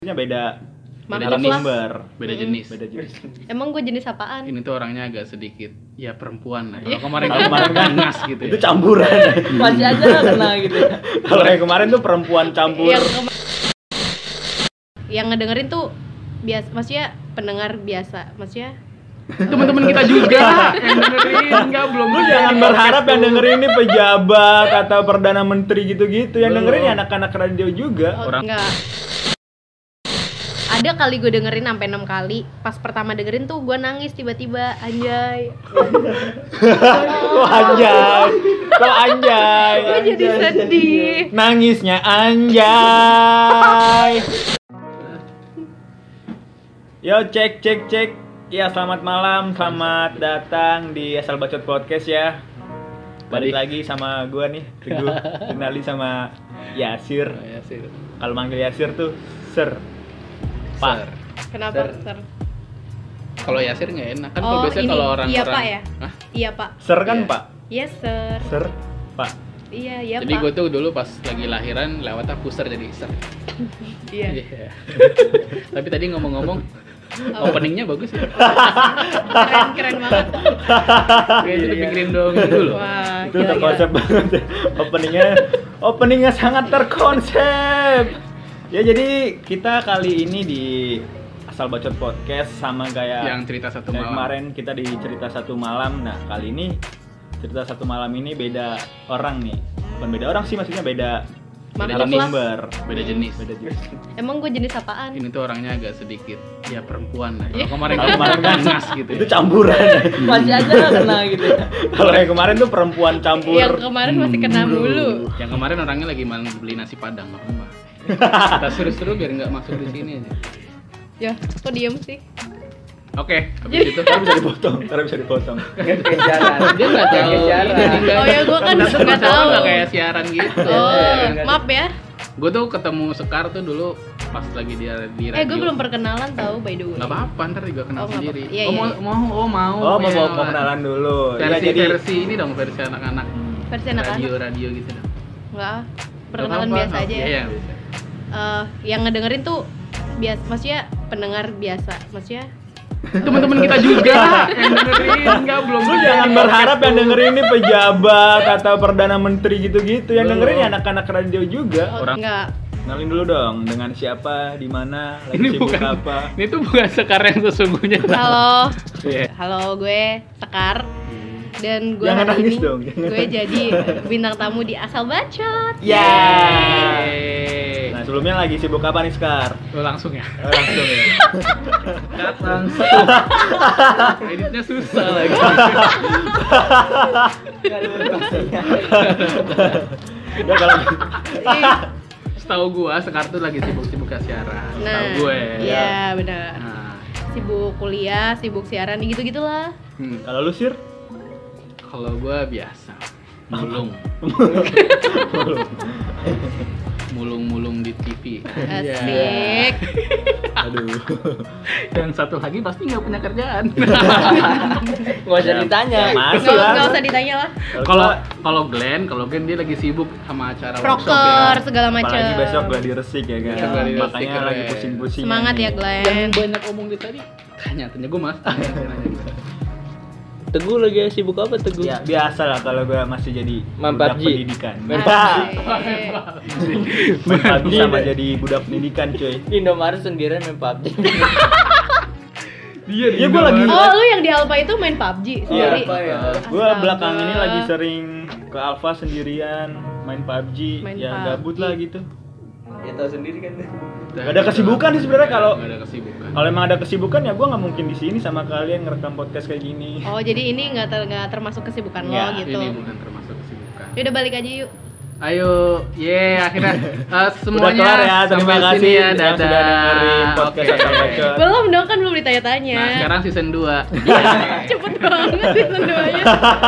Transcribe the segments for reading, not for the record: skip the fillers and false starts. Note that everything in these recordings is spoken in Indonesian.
Beda Makhluk sumber, beda jenis. Emang gue jenis apaan? Ini tuh orangnya agak sedikit ya perempuan lah. Kalau Kemarin kan ngas gitu itu ya. campuran. Masih aja kena gitu ya. Kalau yang kemarin tuh perempuan campur. Yang ngedengerin tuh biasa, maksudnya pendengar biasa, maksudnya Teman-teman kita juga yang dengerin enggak belum. Lu jangan berharap yang dengerin ini pejabat atau perdana menteri gitu-gitu. Yang dengerin ya anak-anak radio juga. enggak. Ada kali gue dengerin sampai 6 kali. Pas pertama dengerin tuh gue nangis tiba-tiba, anjay. Kok anjay? Kok anjay? Gue jadi sedih. Nangisnya anjay. Yo cek. Ya selamat malam, selamat datang di Asal Bacot Podcast ya. Balik lagi sama gua nih, Teguh. Kenali sama Yasir. Kalau manggil Yasir tuh Sir. Pak. Kenapa, Sir? Kalau Yasir nggak enak kan. Kalau biasanya kalau orang iya Pak ya? Hah? Iya Pak. Sir kan Iya. Pak? Yes Sir. Sir, Pak. Iya Jadi Pak. gue tuh dulu pas lagi lahiran lewatnya puser jadi Sir. Iya. Tapi tadi ngomong-ngomong openingnya bagus ya. Keren banget. Kayaknya dipikirin dong dulu. Wah, Itu terkonsep banget ya. Openingnya sangat terkonsep. Ya jadi kita kali ini di Asal Bacot Podcast sama kayak Yang cerita satu kayak malam. kemarin kita di cerita satu malam. Nah kali ini cerita satu malam ini beda orang nih. Bukan beda orang sih, maksudnya beda Makhluk lah. sumber. Beda jenis. Emang gue jenis apaan? Ini tuh orangnya agak sedikit ya perempuan lah. Iya. Kalau kemarin Kemarin kan ngas gitu. itu Ya. campuran. Masih aja kena gitu ya. Kalau yang kemarin tuh perempuan campur. Yang kemarin masih kena mulu. Yang kemarin orangnya lagi malam beli nasi padang apa? Kita seru-seru biar nggak masuk di sini aja. Ya, kok diem sih? Oke, habis itu Ntar bisa dipotong. Kayak siaran. dia nggak tahu. Kayak siaran. Oh ya, gue kan nggak tahu. Nggak kayak siaran gitu. Oh, maaf ya. Gue tuh ketemu Sekar tuh dulu pas lagi dia di radio. Gue belum perkenalan tahu by the way. Nggak apa-apa, ntar juga kenal Oh, nggak sendiri. apa-apa. Iya, Oh, iya. mau. Oh, Ya, mau kenalan dulu. Versi Ya jadi versi ini dong, versi anak-anak. Versi anak-anak. Radio gitu dong. Enggak, perkenalan Nggak biasa apa-apa. aja ya. Iya, bisa. Yang ngedengerin tuh biasa, maksudnya pendengar biasa, maksudnya Teman-teman kita juga yang dengerin enggak belum. lu jangan berharap yang dengerin ini pejabat atau perdana menteri gitu-gitu. Yang dengerin ya anak-anak radio juga. Orang- enggak. Kenalin dulu dong, dengan siapa, di mana, lagi Ini sibuk bukan apa. Ini tuh bukan Sekar yang sesungguhnya. Halo. Iya. Halo, gue Sekar. Dan gue Jangan hari nangis ini dong, jangan gue jadi bintang tamu di Asal Bacot. Ya. Yeay. Nah, sebelumnya lagi sibuk apa nih, Skar? Lo langsung ya. Langsung ya. Langsung. Editnya susah lagi. Udah kalau Setahu gua Sekar tuh lagi sibuk-sibuk ke siaran. Nah, Setahu gue. iya benar. Nah, Sibuk kuliah, sibuk siaran, gitu-gitulah. kalau lu Sir? kalau gua biasa mulung di TV. Asik. Aduh. Dan satu lagi pasti nggak punya kerjaan. Nggak usah ditanya. Masih lah. Nggak usah ditanya lah. Kalau Glenn dia lagi sibuk sama acara workshop Proker ya. segala macam. Apalagi besok gladi resik ya kan. Iya. Gladi resik, Makanya keren. lagi pusing-pusing. Semangat ya Yang Glenn. banyak omong di tadi. Tanya gua Mas. Teguh lagi sibuk apa Teguh? Ya biasa lah kalau gue masih jadi Main budak PUBG. pendidikan. Main Main PUBG sama jadi budak pendidikan cuy. Di Indomaret sendirian main PUBG. Iya gue lagi. Oh, lu yang di Alpha itu main PUBG sendiri? Apa ya? Gue Astaga. belakang ini lagi sering ke Alfa sendirian main PUBG. Main Ya PUBG. gabut lah gitu. Ya tahu sendiri kan. Gak ada kesibukan sih sebenarnya kalau Nggak ada kesibukan. kalau emang ada kesibukan ya gue nggak mungkin di sini sama kalian ngerekam podcast kayak gini. Oh, jadi ini nggak termasuk kesibukan lo Nggak, gitu. Ini bukan termasuk kesibukan. Yaudah balik aja yuk. Ayo, akhirnya semuanya Udah kelar ya, terima sampai kasih sini ya, yang dadah. sudah dengerin podcast Oke. Asal Bacot. Belum dong, kan belum ditanya-tanya. Nah, sekarang season 2. Cepet banget season 2-nya.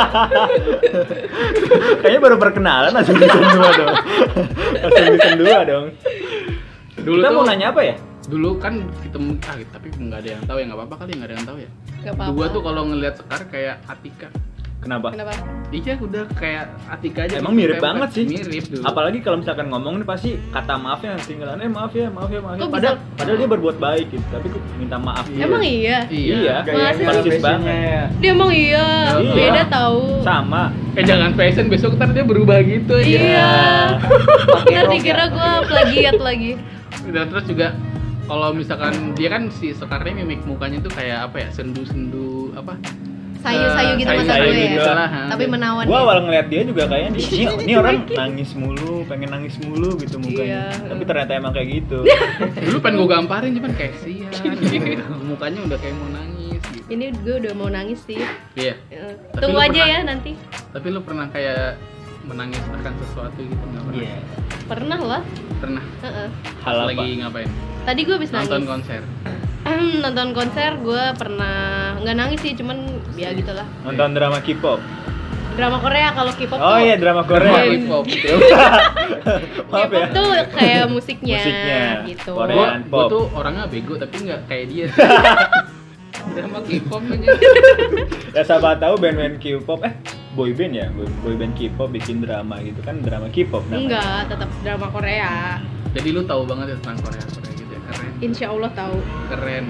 Kayaknya baru perkenalan langsung season 2 dong. Langsung season 2 dong. Dulu Kita tuh mau nanya apa ya? Dulu kan kita tapi nggak ada yang tahu ya, nggak apa-apa kali nggak ada yang tahu ya. Gak apa-apa. Gua tuh kalau ngelihat Sekar kayak Atika. Kenapa? Kenapa? Iya udah kayak Atika aja. Emang gitu, mirip template. banget sih. Mirip dulu. Apalagi kalau misalkan ngomong nih pasti kata maafnya tinggalan maaf ya. Kok Padahal dia berbuat baik gitu, tapi kok minta maaf. Iya. Emang iya? Iya. Masa sih? persis banget. ya. Dia emang iya. Iya. Beda tahu. Sama. Jangan fashion besok ntar dia berubah gitu aja. Iya. Pakai Ntar rok dikira ya. gue plagiat lagi. Dan terus juga kalau misalkan dia kan si Sekarnya mimik mukanya tuh kayak apa ya? Sendu-sendu apa? Sayu-sayu gitu mata sayu-sayu gue gitu ya. lah. Tapi menawan. Gua ya. awal ngeliat dia juga kayaknya ini orang nangis mulu, pengen nangis mulu gitu mukanya. Iya. Tapi ternyata emang kayak gitu. Dulu pengen gue gamparin cuman kayak sian gitu. Mukanya udah kayak mau nangis gitu. Ini gue udah mau nangis sih. Iya. Tapi Tunggu lu aja pernah- ya nanti. Tapi lu pernah kayak menangis akan sesuatu gitu nggak pernah? Iya. Pernah lah. Pernah. Heeh. Hal apa? Lagi ngapain? Tadi gue habis nangis. Nonton konser. Nonton konser gue pernah nggak nangis sih, cuman ya gitulah. Nonton drama K-pop. Drama Korea, kalau K-pop Oh tuh iya, drama Korea. Hip-hop. Maaf K-pop ya. tuh kayak musiknya, Musiknya, gitu. Korea. Gua tuh orangnya bego tapi nggak kayak dia. Drama K-pop aja. Ya siapa tahu band-band K-pop boyband ya, boyband K-pop bikin drama gitu kan, drama K-pop namanya. Enggak, tetap drama Korea. Jadi lu tahu banget ya tentang Korea gitu ya. Keren. Insya Allah tahu. Keren.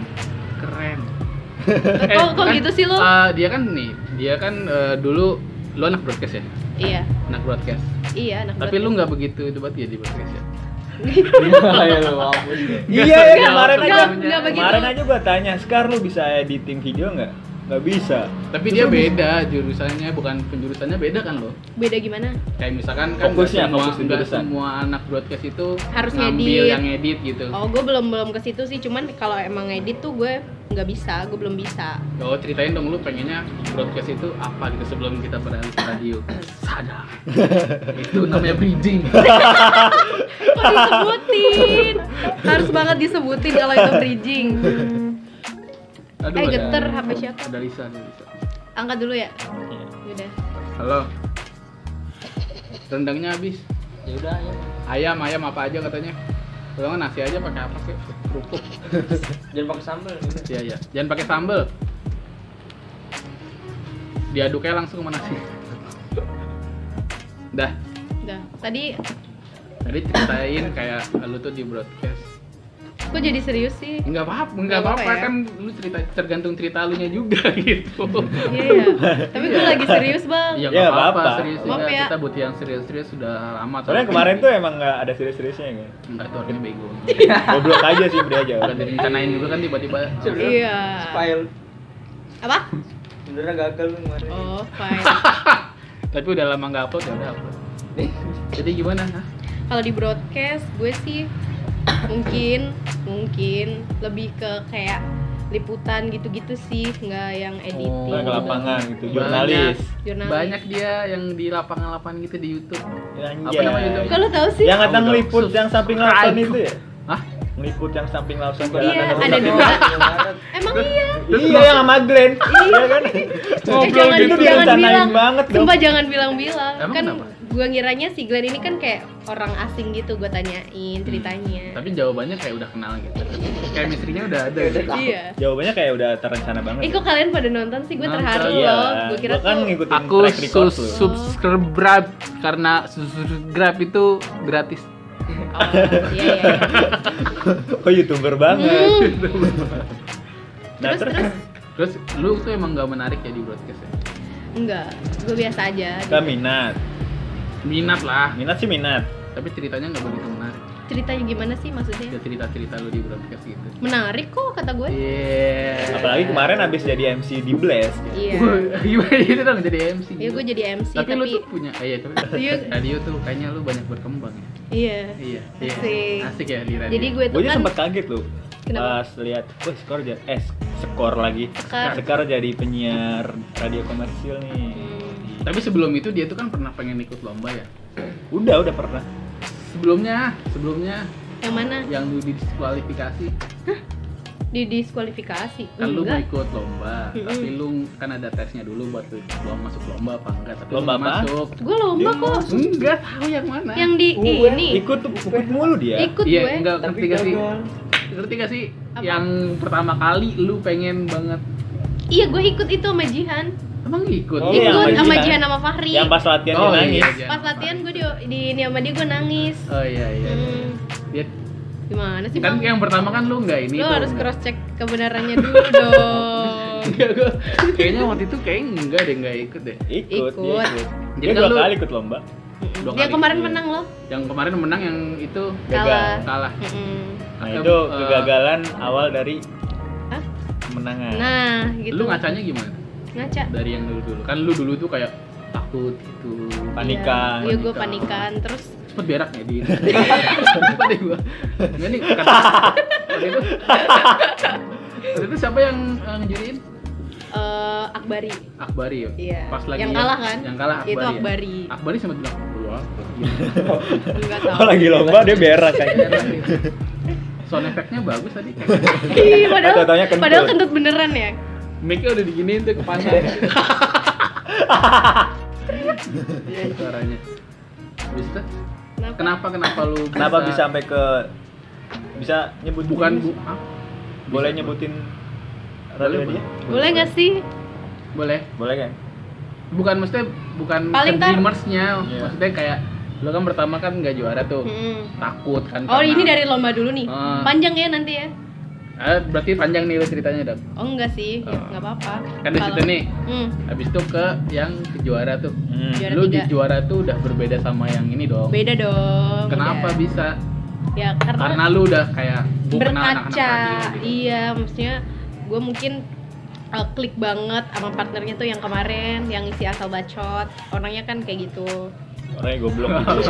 Kok gitu sih lo? Dia kan dulu lu anak broadcast ya? Iya, Anak broadcast. iya anak Tapi lu nggak begitu debat ya di broadcast ya? Ya lu mampus. Iya ya, kemarin Nggak, aja. nggak begitu. Kemarin aja gua tanya, "Sekar lu bisa editing video nggak?" Nggak bisa. Tapi dia beda jurusannya, bukan penjurusannya beda kan lo? Beda gimana? Kayak misalkan kan Fokusnya, fokus di nggak jurusan. semua anak broadcast itu Harus ngambil ngedit. yang edit gitu. Oh, gue belum ke situ sih, cuman kalau emang edit tuh gue nggak bisa, gue belum bisa. Oh, ceritain dong lu pengennya broadcast itu apa gitu sebelum kita beralih ke radio. Sadar. Itu namanya bridging. Kok disebutin? Harus banget disebutin kalau itu bridging. Aduh, Geter HP siapa? Ada Lisa. Angkat dulu ya. Udah. Halo. Rendangnya habis. Ya udah ya. Ayam apa aja katanya. Kalau nggak nasi aja pakai apa sih? Kerupuk. Jangan pakai sambal. Iya iya. Jangan pakai sambel. Diaduknya langsung sama nasi. Dah. Udah. Tadi Ceritain kayak lu tuh di broadcast. kok jadi serius sih? Enggak apa-apa Nggak apa-apa ya? kan lu tergantung cerita lu nya juga gitu. Iya, iya. Tapi gue lagi serius, Bang. Iya Ya, nggak apa-apa, apa-apa. serius Maaf juga. ya. Kita butuh yang serius-serius sudah lama. Soalnya kemarin tuh emang nggak ada serius-seriusnya kan. enggak tuh orangnya bego. Goblok aja sih dia aja. Udah direncanain juga kan tiba-tiba. Iya. File. Apa? Beneran gagal lu kemarin. Oh, fine. Tapi udah lama nggak upload ya udah upload. Jadi gimana? Hah? Kalau di broadcast gue sih mungkin lebih ke kayak liputan gitu-gitu sih, nggak yang editing. Ke lapangan gitu, Banyak. jurnalis. Jurnalis. Banyak dia yang di lapangan-lapangan gitu di YouTube. Anjay. Apa namanya itu? Kok lo tahu sih? Yang kadang Tahu, ngeliput tahu. yang samping Subscribe. lausan itu ya? Hah? Ngeliput yang samping lausan Iya, jalanan ada rusak. dua. Emang iya. Iya, yang sama Glenn. Iya kan? Jangan itu jangan direncanain bilang. banget dong. Sumpah jangan bilang-bilang. Emang Kan kenapa? gue ngiranya si Glenn ini kan kayak orang asing gitu, gue tanyain ceritanya. Tapi jawabannya kayak udah kenal gitu. Chemistry-nya udah ada. Gitu. Iya. Jawabannya kayak udah terencana banget. Kok kalian pada nonton sih? Gue Nonton. terharu Iya, loh. Gue kira gua kan tuh ngikutin Aku track record lu. subscribe karena subscribe itu gratis. Oh, iya iya. Oh, YouTuber banget. Nah, Terus terus Terus lu tuh emang gak menarik ya di broadcast ya? enggak, gue biasa aja. Gak minat. Minat lah, Minat sih minat. tapi ceritanya gak begitu menarik. Ceritanya gimana sih maksudnya? Ya cerita-cerita lu di broadcast gitu. Menarik kok kata gue. Iya. Apalagi kemarin abis jadi MC di Blast. Iya. Gimana itu dong jadi MC? Iya gue jadi MC Tapi lu tuh punya, iya tapi Iya. radio tuh kayaknya lu banyak berkembang ya. iya. Iya. Asik. Asik ya di radio. Jadi gue tuh Gue aja kan sempet kaget loh. Kenapa? Pas lihat, wah skor lagi. Sekar. Sekar jadi penyiar radio komersil nih. Tapi sebelum itu dia tuh kan pernah pengen ikut lomba ya. Udah pernah. Sebelumnya yang mana? yang lu didiskualifikasi. Didiskualifikasi. Kan lu mau Enggak. ikut lomba, Mm-mm. tapi lu kan ada tesnya dulu buat lu masuk lomba apa enggak, tapi Lomba lu apa? masuk. Gue lomba Dia kok. Enggak tahu yang mana. Yang di ini. Ikut mulu dia. Ikut Iya, gue. enggak Tapi ngerti gak sih? gagal. Ngerti gak sih? Apa? Yang pertama kali lu pengen banget. Iya, gue ikut itu sama Jihan. Emang ikut? Oh, iya, Ikut sama sama Jihan. Jihan sama Fahri. Yang pas latihan dia nangis. Jihan. Pas latihan gue di ini sama dia gue nangis. Oh iya. Dia Gimana sih kan Bang? yang pertama kan lu nggak ini Lu tuh. harus cross check kebenarannya dulu dong. Iya, gua kayaknya waktu itu nggak ikut deh. Ikut. Ikut. Jadi Dia kan 2 lu- kali ikut lomba. Dua Yang kali. kemarin Iya. menang loh. Yang kemarin menang yang itu Kalah. kalah. Nah, itu kegagalan awal dari Hah? kemenangan. Nah, gitu. Lu ngacanya gimana? Ngaca. Dari yang dulu. Kan lu dulu tuh kayak takut gitu. Panikan. Iya, gue panikan terus Cepet berak ya di. Lupa deh gua. Nggak nih kata. Waktu itu siapa yang ngejuriin? Akbari. Akbari ya. Iya. Pas lagi Yang kalah kan? Yang kalah Akbari. Itu Akbari. Ya? Akbari sempat bilang, "Wah, Enggak tahu. Oh, lagi lomba dia berak kayaknya. sound effect-nya bagus tadi. Ih, Atau-taunya kentut. padahal kentut beneran ya. Mic-nya udah diginiin tuh kepala. Suaranya. Habis itu kenapa lu Kenapa bisa sampai ke bisa nyebut bukan ini? Boleh nyebutin radio Boleh, dia? Boleh nggak sih? Boleh. Boleh kan? Bukan maksudnya bukan Paling tar- Dreamers-nya. Iya. Maksudnya kayak lo kan pertama kan nggak juara tuh. Mm-mm. Takut kan. Oh, karena- ini dari lomba dulu nih. Ah. Panjang ya nanti ya? Berarti panjang nih lo ceritanya, Dok. Oh, enggak sih. Ya, Ah. nggak apa-apa. Kan di situ nih. Habis itu ke yang ke juara tuh. Juara Lu di 3. juara tuh udah berbeda sama yang ini dong. Beda dong. Kenapa udah. bisa? Ya Karena lu udah kayak gua kenal anak-anak berkaca. radio gitu. Iya, maksudnya gue mungkin klik banget sama partnernya tuh yang kemarin yang isi asal bacot. Orangnya kan kayak gitu. Orangnya goblok gitu.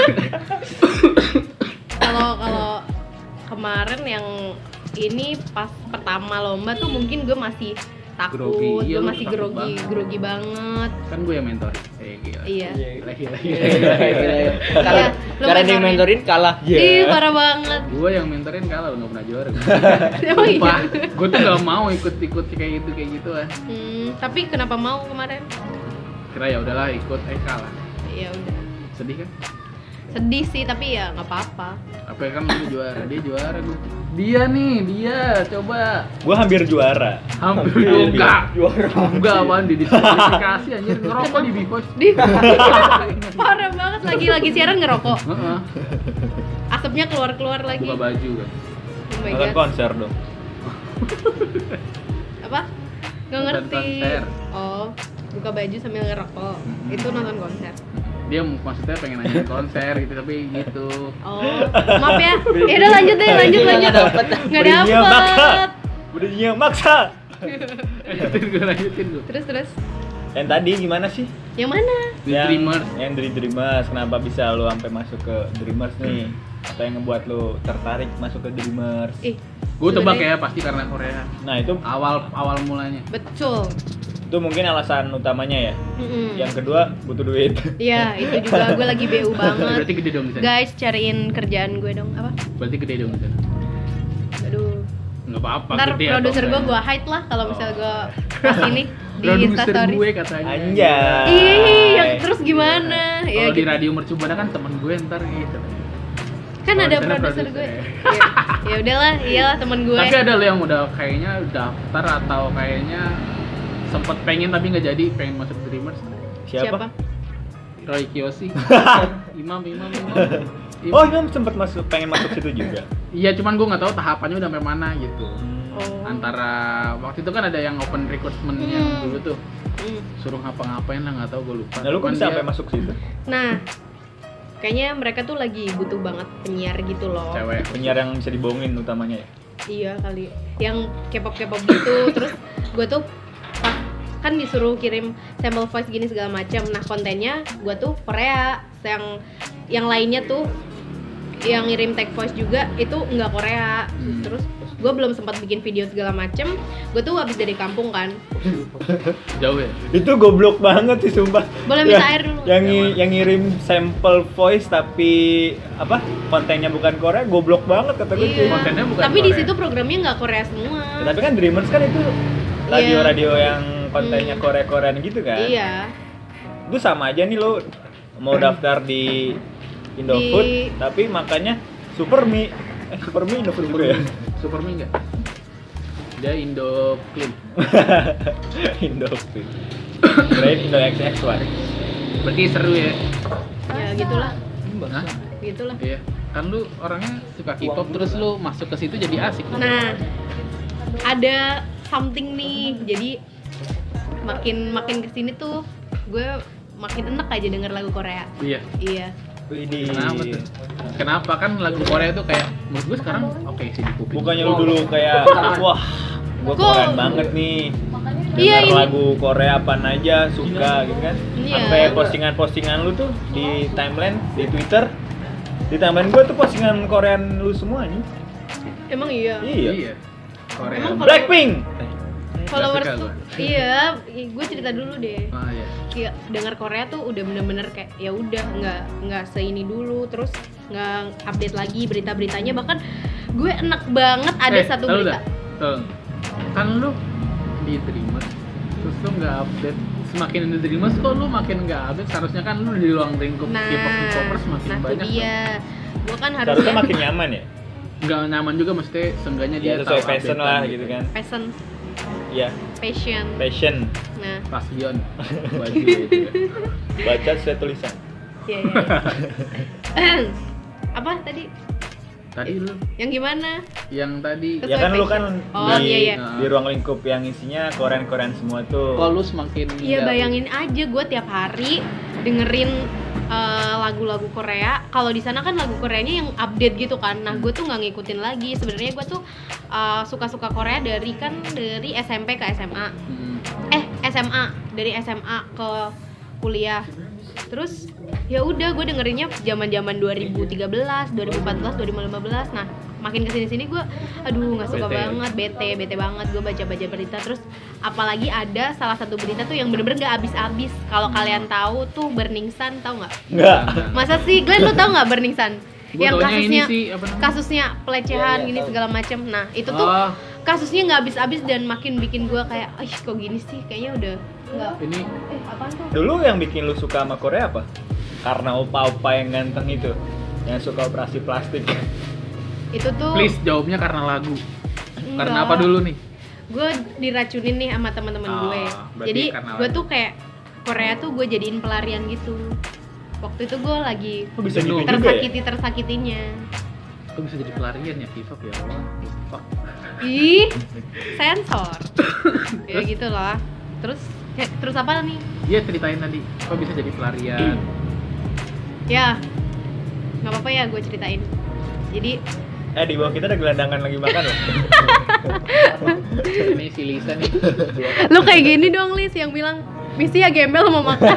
Kalau kemarin yang ini pas pertama lomba tuh mungkin gue masih takut, Grogi. Iya, gue lu masih takut banget. grogi banget. Kan gue yang mentor. Gila. Iya. Gila. Karena lu karena dia mentorin. mentorin kalah. Ih, parah banget. Gue yang mentorin kalah lu nggak pernah juara. Emang iya? Sumpah, gue tuh nggak mau ikut kayak gitu ah. Tapi kenapa mau kemarin? Kira ya udahlah ikut kalah. Ya udah. Sedih kan? Sedih sih, tapi ya nggak apa-apa. Apa kan lu juara, dia juara gue. Dia coba. Gua hampir juara. Hampir Hampir. enggak. Enggak apaan di diskualifikasi anjir ngerokok di Bifos. Di parah banget lagi siaran ngerokok. Heeh. Asapnya keluar lagi. Buka baju kan. Oh my Nonton God. konser dong. Apa? Nggak Nonton ngerti. konser. Oh, buka baju sambil ngerokok. Itu nonton konser. Dia maksudnya pengen nanya konser gitu tapi gitu. Oh, maaf ya. Ya udah lanjut deh, lanjut. Nggak dapet. Nggak Berinya maksa. dapet. Berinya maksa. Lanjutin gue. Terus. Yang tadi gimana sih? Yang mana? Di Dreamers. Yang dari Dreamers. Kenapa bisa lu sampai masuk ke Dreamers nih? Apa yang ngebuat lu tertarik masuk ke Dreamers? Gue tebak sebenarnya- ya pasti karena Korea. Nah, itu Awal mulanya. Betul. mungkin alasan utamanya ya. Mm-mm. Yang kedua butuh duit. Iya, itu juga gue lagi BU banget. Berarti gede dong di sana. Guys, cariin kerjaan gue dong. Apa? Berarti gede dong di sana. Aduh. Enggak apa-apa Ntar gede atau produser gue enggak. hide lah kalau misalnya gue pas ini di Produser Instastory. gue katanya. Anjay. Ih, yang terus gimana? Ya Kalau di gitu. radio mercubuana kan temen gue ntar gitu. Kan Kalau ada di sana produser gue. produser. Ya udahlah, iyalah temen gue. Tapi ada lo yang udah kayaknya daftar atau kayaknya sempet pengen tapi nggak jadi pengen masuk Dreamers. Siapa? Roy Kiyoshi. Imam. Oh, Imam sempat pengen masuk situ juga. Iya, cuman gue nggak tahu tahapannya udah sampai mana gitu. Oh. Antara waktu itu kan ada yang open recruitment yang dulu tuh Hmm. suruh ngapa-ngapain lah nggak tahu gue lupa. Nah, lu kok Cuman bisa dia sampai masuk situ? Nah, kayaknya mereka tuh lagi butuh banget penyiar gitu loh. cewek. Penyiar yang bisa dibohongin utamanya ya. Iya kali. Yang K-pop gitu. Terus gue tuh pas kan disuruh kirim sampel voice gini segala macam. Nah, kontennya gue tuh Korea. Yang lainnya tuh yang ngirim tag voice juga itu nggak Korea. Terus gue belum sempat bikin video segala macem. Gue tuh habis dari kampung kan. Jauh ya. Itu goblok banget sih sumpah. Boleh minta air dulu. Yang ngirim sampel voice tapi apa? Kontennya bukan Korea, goblok banget kata gue. Iya. Kontennya bukan Tapi di Korea. situ programnya nggak Korea semua. Ya, tapi kan Dreamers kan itu radio-radio yang kontennya Korea-Korean gitu kan. Iya. Hmm. Itu sama aja nih lo mau daftar di Indofood tapi makanya Supermi. Supermi Indofood juga ya. Supermi enggak? Dia Indo Clean. Indofood. Kirain Indo XX1. Berarti seru ya. Ya gitulah, Hah? gitulah. Iya. Kan lu orangnya suka K-pop terus lu masuk ke situ jadi asik. Nah, ada something nih. Jadi makin kesini tuh gue makin enak aja denger lagu Korea. Iya. Iya. Widih. Kenapa tuh? Kenapa kan lagu Korea tuh kayak menurut gue sekarang oke sih di kuping. Bukannya lu dulu kayak wah, gua Kok- keren banget nih. Iya, Dengar ini. lagu Korea apaan aja suka gitu kan. Iya. Sampai postingan-postingan lu tuh di timeline di Twitter. Di timeline gua tuh postingan Korean lu semua nih. Emang iya. Iya. Korea. Emang Blackpink. Followers Nggak suka tuh, gua. iya, gue cerita dulu deh. Ah iya. Kayak dengar Korea tuh udah bener-bener kayak ya udah nggak seini dulu, terus nggak update lagi berita-beritanya. Bahkan gue enak banget ada satu tahu berita. dah? Tuh. Kan lu di Dreamers terus lu nggak update, semakin di Dreamers kok lu makin nggak update, seharusnya kan lu di ruang lingkup K-popers makin nah banyak. itu dia. Gue kan Seharusnya harusnya makin nyaman ya. Nggak nyaman juga, mesti seenggaknya dia Ya sesuai tahu passion update-an lah gitu kan. Iya, passion. passion. Nah, Passion baju itu ya. Baca sesuai tulisan. iya. Apa tadi? Tadi lu Yang gimana? yang tadi Sesuai Ya kan lu kan passion. Oh, di, iya, iya. di ruang lingkup yang isinya Korean semua tuh. kok lu semakin Iya nggak- bayangin aja gue tiap hari dengerin lagu-lagu Korea. Kalau di sana kan lagu Koreanya yang update gitu kan. Nah gue tuh nggak ngikutin lagi. Sebenarnya gue tuh suka-suka Korea dari SMP ke SMA. SMA dari SMA ke kuliah. Terus ya udah gue dengerinnya zaman-zaman 2013, 2014, 2015. Nah makin kesini-sini gue aduh nggak suka Bete. banget, bete banget. Gue baca-baca berita, terus apalagi ada salah satu berita tuh yang bener-bener nggak habis-habis. Kalau kalian tahu tuh Burning Sun, tahu nggak? Enggak. Masa sih Glenn, lu tahu nggak Burning Sun? Gua Yang taunya ini kasusnya sih, apa namanya? kasusnya pelecehan Iya, gini tahu. segala macem. Nah itu tuh Oh, kasusnya nggak habis-habis dan makin bikin gue kayak, kok gini sih? Kayaknya udah nggak. ini Apaan tuh? Dulu yang bikin lu suka sama Korea apa? Karena opa-opa yang ganteng itu, yang suka operasi plastik. Itu tuh please jawabnya karena lagu. enggak. Karena apa dulu nih? Gue diracunin nih sama teman-teman Oh, gue. berarti Jadi karena gue lagu. tuh kayak Korea tuh gue jadiin pelarian gitu. Waktu itu gue lagi Kok bisa gitu Jenuh. juga ya? tersakitinya. Kok bisa jadi pelarian ya K-pop ya Allah. Fuck. Ih, sensor. Ya gitu lah. Terus apa nih? Iya ceritain tadi. Kok bisa jadi pelarian? Ya, nggak apa-apa ya gue ceritain. Jadi Di bawah kita ada gelandangan lagi makan loh. Ini si Lisa nih. lu kayak gini dong Lis yang bilang misi ya gembel mau makan.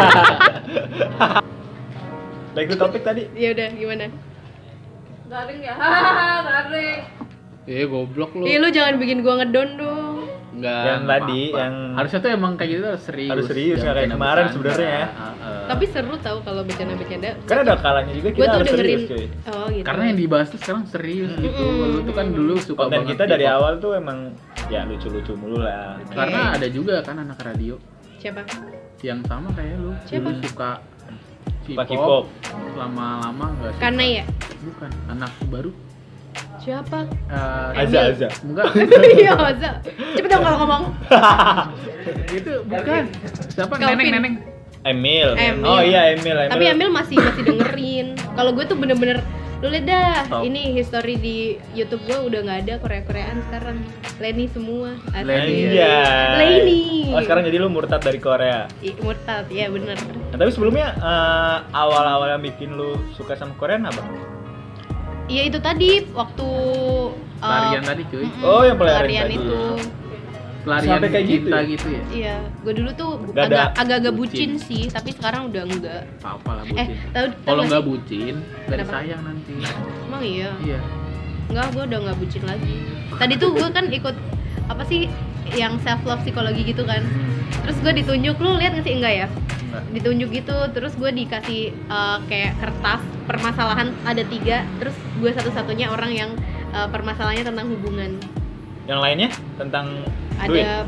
Baik itu topik tadi. Ya udah gimana? Garing ya. Garing. Goblok lu. Ih lu jangan bikin gua ngedon dong. Enggak. Yang nggak tadi, apa-apa. yang- harusnya tuh emang kayak gitu harus serius. Harus serius, Jangan nggak kayak bercanda. kemarin sebenarnya ya. Tapi seru tau kalau bercanda-bercanda. Kan ada kalanya juga Gue kita tuh harus dengerin. serius cuy. Oh gitu. Karena yang dibahas tuh sekarang serius gitu. Mm-mm. Lu tuh kan dulu suka Konten banget kita dari K-pop. awal tuh emang ya lucu-lucu mulu lah. Karena ada juga kan anak radio Siapa? yang sama kayak lu. Siapa? Dulu suka Suka K-pop. Lama-lama enggak suka. Karena ya. Bukan, anak baru. Siapa? Eh, Aza. Enggak. Iya masa. Cepet dong kalau ngomong. Itu bukan. Siapa? Calvin. Neneng. Emil. Emil. Oh iya Emil. Tapi Emil masih dengerin. Kalau gue tuh bener-bener lu lihat dah, Top. ini history di YouTube gue udah nggak ada Korea-Koreaan sekarang. Lenny semua. Asli. Lenny. Lenny. Oh sekarang jadi lu murtad dari Korea. Murtad, ya bener. Nah, tapi sebelumnya awal-awal yang bikin lu suka sama Korea apa? Iya itu tadi waktu Pelarian tadi cuy. Oh, yang pelarian tadi. itu. Pelarian Sampai kayak cinta gitu gitu ya. Iya, gue dulu tuh Nggak ada agak-agak bucin. bucin sih, tapi sekarang udah enggak. Apa lah bucin. Tahu Kalau nggak nggak sih? bucin, nggak Kenapa? disayang nanti. Emang iya. Iya. Enggak, gue udah nggak bucin lagi. Tadi tuh gue kan ikut apa sih yang self love psikologi gitu kan. Terus gue ditunjuk, lu lihat nggak sih? Enggak ya? Enggak. Ditunjuk gitu, terus gue dikasih kayak kertas permasalahan ada 3, terus gue satu-satunya orang yang permasalahannya tentang hubungan. Yang lainnya tentang duit. Ada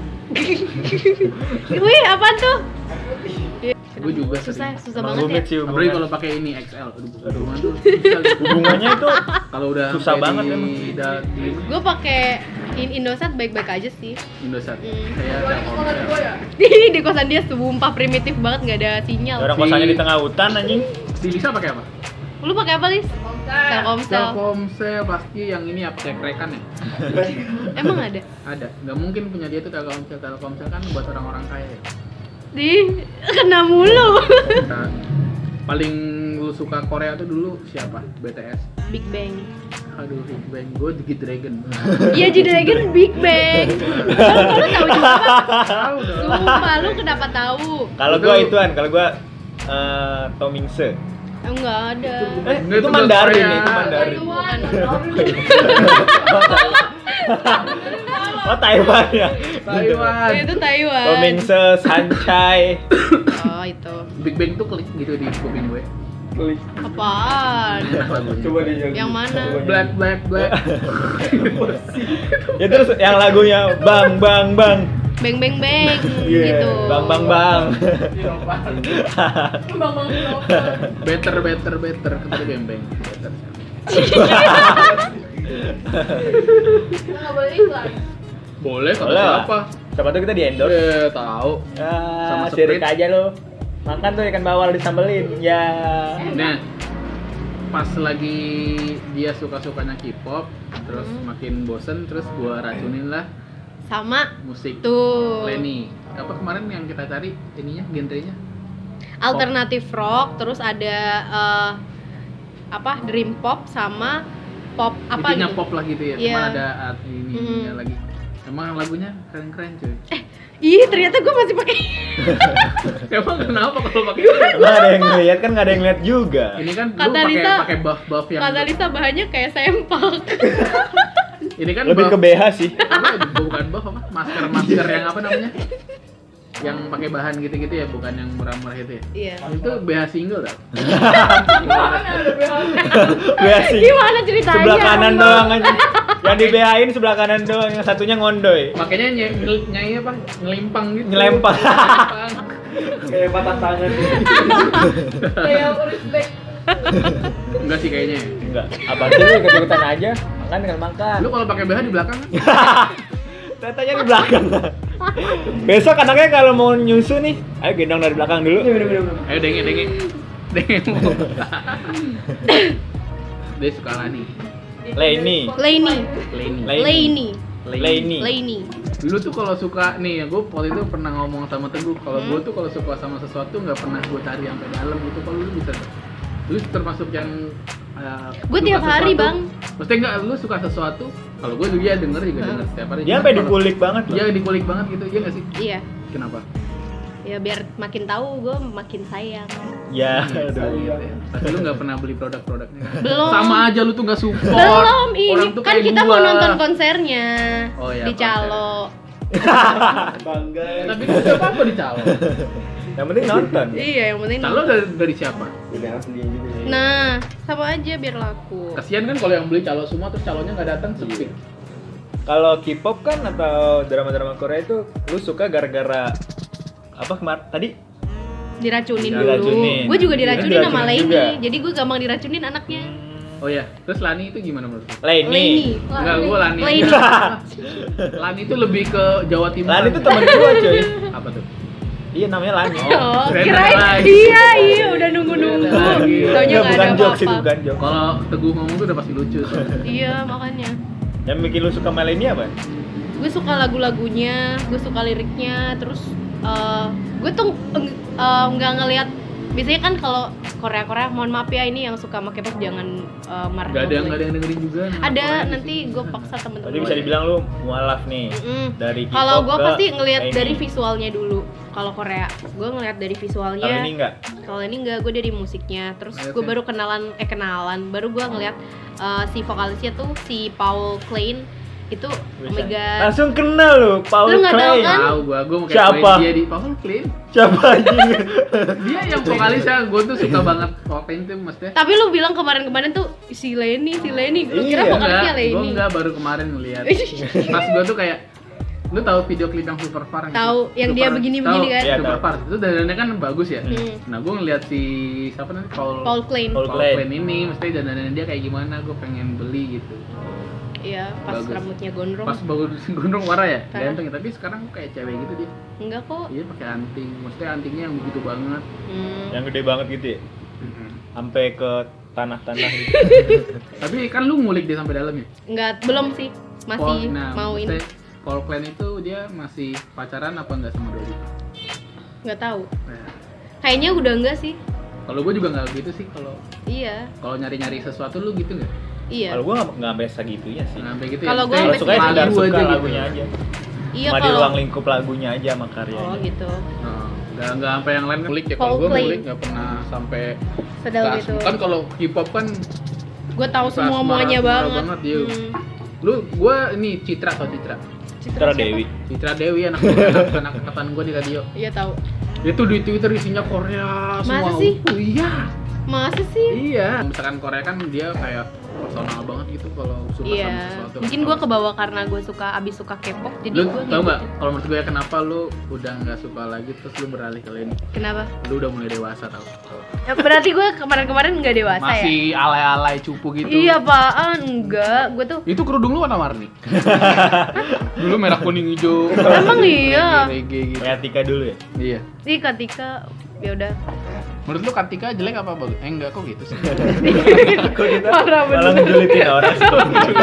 wih apaan tuh? Gue juga susah Emang banget rumit ya. sih Apalagi hubungan. kalau pakai ini XL. Aduh, hubungan tuh susah. Hubungannya itu Kalau udah susah sampai banget di, emang. di Gue pakai Indosat baik-baik aja sih. Indosat. Hmm. Saya Telkomsel. Di kosan dia sumpah primitif banget, nggak ada sinyal. Orang kosannya di tengah hutan anjing. Si Lisa pakai apa? Lu pakai apa, Lis? Telkomsel. Telkomsel pasti yang ini apa kayak krekan ya? Emang ada? Ada. Nggak mungkin punya dia tuh Telkomsel. Telkomsel kan buat orang-orang kaya ya. Kena mulu. Nah, paling lu suka Korea tuh dulu siapa? BTS. Big Bang. Aduh, Big Bang. Gue G-Dragon. Iya, G-Dragon Big Bang. Lu tahu juga apa? Tahu dong. Sumpah, lu kenapa tahu? Kalau gua ituan, kalau gua Tomingse. Enggak ada. Enggak, Itu itu Mandarin Korea. ya, itu Mandarin. Oh, Taiwan ya. Taiwan. Itu Taiwan. Tomingse, Sancai. Oh, itu. Big Bang tuh klik gitu di kuping gue. Apaan? Enak lagunya. Coba dijelasin. Yang mana? Black. Ya terus yang lagunya Bang Bang Bang. Bang bang bang Iya, gitu. Bang Bang Bang. Better. Kata Bang Bang. Better. Boleh kalau Boleh lah. siapa? Siapa tuh kita di endorse. Tahu. Ah, Sama sirik Sprite. aja lo. Makan tuh ikan bawal disambelin. Ya. Nah, pas lagi dia suka-sukanya K-pop, terus makin bosen, terus gua racunin lah Sama musik tuh. Lenny. Apa kemarin yang kita cari ininya, genrenya? Alternative rock, terus ada apa? Dream pop sama pop apa Intinya gitu. pop lah gitu ya. Iya. Cuma ada ini Hmm. lagi. Emang lagunya keren-keren cuy. Ih, ternyata gue masih pakai. Emang kenapa kalau pakai? Emang ada yang ngeliat kan nggak ada yang ngeliat juga. Ini kan lu Kata Lisa- pakai buff yang Kata Lisa bahannya kayak sempak. ini kan Lebih ke buff, BH sih. apa, bukan buff apa? Masker yang apa namanya? Yang pakai bahan gitu-gitu ya, bukan yang murah-murah itu ya. Iya. Itu BH single dah. BH sih. Gimana ceritanya? Sebelah kanan doang aja. Yang di BH-in sebelah kanan doang, yang satunya ngondoy. Makanya nyai apa? Ngelimpang gitu. Nyelempang. Nyelempang. Kayak patah tangan. Kayak urus back. Enggak sih kayaknya ya. Enggak. Apa sih lu ikut-ikutan aja? Makan tinggal makan. Lu kalau pakai BH di belakang kan? Tetanya di belakang. Besok anaknya kalau mau nyusu nih, ayo gendong dari belakang dulu. Ayo denge. Dia suka Lani. Laini. Laini. Laini. Laini. Dulu tuh kalau suka nih, gue waktu itu pernah ngomong sama Teguh, kalau gue tuh kalau suka sama sesuatu nggak pernah gue cari sampai dalam gitu. Kalau lu bisa, lu termasuk yang Gue suka tiap hari, sesuatu. Bang. Maksudnya nggak, lu suka sesuatu, kalau gue juga denger setiap hari. Dia sampai dikulik banget loh. Iya dikulik banget gitu, iya nggak sih? Iya. Kenapa? Ya biar makin tahu gue makin sayang. Ya, Gitu aduh. ya. Tapi lu nggak pernah beli produk-produknya kan? Belum. Sama aja lu tuh nggak support. Belum ini Orang tuh kan kayak kita gua. mau nonton konsernya Oh, iya, di Calo. Bangga. Tapi kan nggak apa-apa di calo. Yang penting nonton. Iya, yang penting Calo nonton. dari siapa? Nah, sama aja biar laku. Kasian kan kalau yang beli calo semua terus calonnya nggak datang sepi. Kalau K-pop kan atau drama-drama Korea itu lu suka gara-gara apa kemarin tadi? Diracunin Diracunin. dulu. Gue juga diracunin Diracunin sama juga. Laini. Jadi gue gampang diracunin anaknya. Oh ya, terus Lani itu gimana menurut lu? Laini. Enggak, gua Lani. Laini. Lani itu lebih ke Jawa Timur. Lani itu temen gua cuy. Apa tuh? Iya namanya Lani. Oh, keren kirain lagi. iya udah nunggu-nunggu. Lagi. Taunya Enggak, nggak bukan ada jokes sih, apa-apa. bukan jokes. Kalau Teguh ngomong tuh udah pasti lucu soalnya. Iya, makanya. Yang bikin lu suka sama Laini apa? Gue suka lagu-lagunya, gue suka liriknya, terus gue tuh nggak ngelihat. Biasanya kan kalau Korea, mohon maaf ya ini yang suka sama K-pop jangan marah. Gak ada yang dengerin juga. Ada, nanti gue paksa temen-temen. Tadi bisa dibilang lu mualaf nih. Mm-mm. Dari K-pop Kalau gue ke pasti ngelihat Laini. dari visualnya dulu. Kalau Korea, gue ngelihat dari visualnya. Kalau ini enggak. Kalau ini enggak, gue dari musiknya. Terus Ayo, gue Sen. baru kenalan. Baru gue ngelihat si vokalisnya tuh si Paul Klein itu. Oh my god. Langsung kenal lu, Paul Lu nggak tahu Klein. kan? Tahu gua mau Siapa? kayak dia di Paul Klein. Siapa anjing? Dia yang vokalisnya, gua tuh suka banget Paul Klein tuh maksudnya. Tapi lu bilang kemarin tuh si Lenny. Lu kira Iya. vokalisnya Gua Lenny? enggak baru kemarin ngeliat. Pas gua tuh kayak lu tahu video klip yang Super Far gitu? Tahu, yang dia Super- begini-begini tahu, kan? Iya, Super tahu. Far itu dandannya kan bagus ya. Hmm. Nah, gua ngeliat si siapa namanya Paul Klein. Paul Paul Klein. Klein ini mesti dandannya dia kayak gimana, gua pengen beli gitu. Iya, pas Bagus. rambutnya gondrong. Pas bagus gondrong warna ya, Parah. ganteng ya. Tapi sekarang kayak cewek gitu dia. Enggak kok. Iya pakai anting, maksudnya antingnya yang begitu banget. Yang gede banget gitu ya. Sampai ke tanah-tanah gitu. Tapi kan lu ngulik dia sampai dalam ya? Enggak, belum sih. Masih mau ini. Kalau Clan itu dia masih pacaran apa enggak sama Dodi? Enggak tahu. Nah, Kayaknya udah enggak sih. kalau gue juga nggak gitu sih. Iya. Kalau nyari-nyari sesuatu lu gitu nggak? Iya. Kalau gua nggak sampai segitunya sih. Nggak sampai gitu Kalau ya? gua Kalau sampai suka segitu. sekedar Lagu suka aja gitu. lagunya aja. Iya Cuma di kalau ruang lingkup lagunya aja sama Oh, karyanya. gitu. Nah, nggak sampai yang lain ngulik ya. Kalau gue Coldplay. ngulik nggak pernah sampai Sedal tas. gitu. Kan kalau hip hop kan Gue tahu Pas semua-muanya marah-marah banget. banget, iya. gue ini Citra atau Citra Citra siapa? Dewi. Citra Dewi anak angkatan gue di radio. Iya tahu. Itu di Twitter isinya Korea semua. Masa sih? Oh, iya. Masa sih? Iya. Misalkan Korea kan dia kayak personal banget gitu kalau suka sama Iya. sesuatu. Mungkin gue kebawa karena gue abis suka K-pop. Jadi Lu gue tau nggak? Kalau menurut gue ya kenapa lu udah nggak suka lagi terus lu beralih ke ini? Kenapa? Lu udah mulai dewasa tau? Ya, berarti gue kemarin-kemarin nggak dewasa ya? Masih alay-alay cupu gitu. Iya apaan? Enggak. Gue tuh Itu kerudung lu warna-warni. Dulu merah kuning hijau. Emang iya? Reggae gitu. Kayak Tika dulu ya. Iya. sih ketika ya udah. Menurut lu Kartika jelek apa bagus? Enggak kok gitu sih. Kok kita Parah malah bener. ngejulitin orang sih.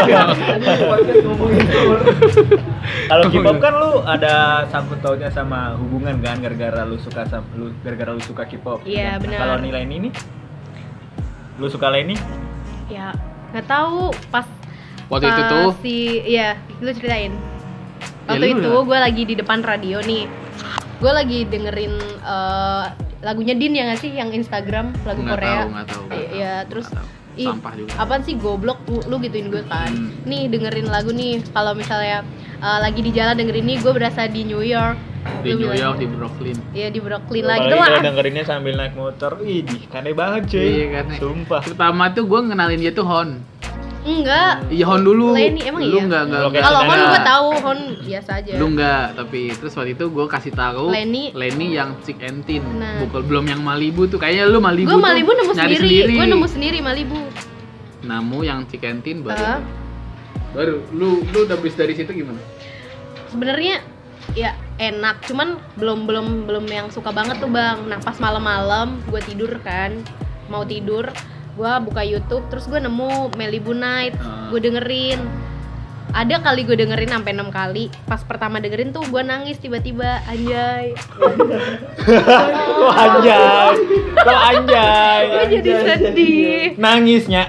Kalau K-pop kan lu ada sangkut pautnya sama hubungan kan gara-gara lu suka K-pop. Iya, Nah, benar. Kalau nilai ini nih lu suka Leni? Ya nggak tahu pas Waktu itu tuh iya lu ceritain. Ya, Waktu lu itu lah. gue lagi di depan radio nih. Gue lagi dengerin lagunya Din ya nggak sih yang Instagram lagu Korea. Nggak tahu. Iya terus Nggak tahu. ih, Sampah juga. apaan sih goblok lu gituin gue kan. Nih dengerin lagu nih kalau misalnya lagi di jalan dengerin ini gue berasa di New York. Di Lu New bilang. York, di Brooklyn. Iya di Brooklyn lah Apalagi gitu kalau lah. dengerinnya sambil naik motor. Idih, aneh banget cuy. Iya kan. Sumpah. Pertama tuh gue ngenalin dia tuh Hon. Enggak. Iya Hon dulu. Leni, emang lu iya? enggak. Kalau kayak Kalau saudara. Hon gue tahu Hon biasa aja. Lu enggak, tapi terus waktu itu gue kasih tahu Leni. yang Chick and Tin. Nah. Bukan belum yang Malibu tuh. Kayaknya lu Malibu. Gue tuh Malibu nemu nyari sendiri. Gue nemu sendiri Malibu. Namu yang Chick and Tin baru. Hah? Baru lu udah habis dari situ gimana? Sebenarnya ya enak, cuman belum yang suka banget tuh bang. Nah pas malam-malam gue tidur kan, mau tidur, gue buka YouTube, terus gue nemu Malibu Night, gue dengerin. Ada kali gue dengerin sampai 6 kali. Pas pertama dengerin tuh gue nangis tiba-tiba, anjay. Kok anjay? Kok anjay? Gue jadi sedih. Nangisnya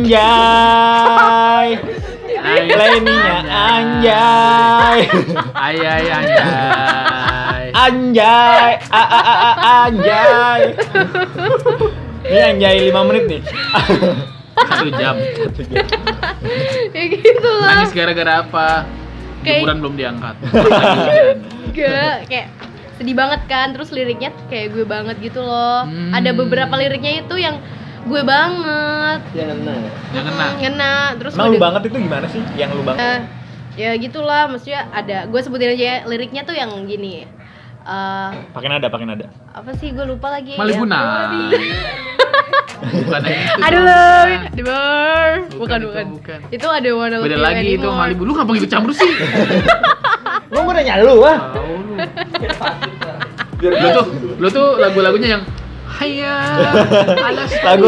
anjay. Leninya anjay. Ayai anjay. Anjay. Anjay. Ini anjay 5 menit nih. 1 jam. Ya gitu lah. Nangis gara-gara apa? Kayak- Jemuran belum diangkat. Lagi hujan. Enggak, kayak sedih banget kan. Terus liriknya kayak gue banget gitu loh. Ada beberapa liriknya itu yang gue banget. Yang kena. Ngena. Terus Emang gue lu banget itu gimana sih? Yang lu banget? ya gitulah, maksudnya ada. Gue sebutin aja liriknya tuh yang gini. Pakai nada. Apa sih gue lupa lagi. Malibu Ya, Night. Bukan yang itu. Aduh, Bang. bukan. Bukan. Itu ada Wanna Look Beda You lagi itu Anymore. Malibu. Lu kenapa ikut campur sih? Lu udah nyalu ah. Tahu lu. Lu tuh lagu-lagunya yang Haya alas Lagu.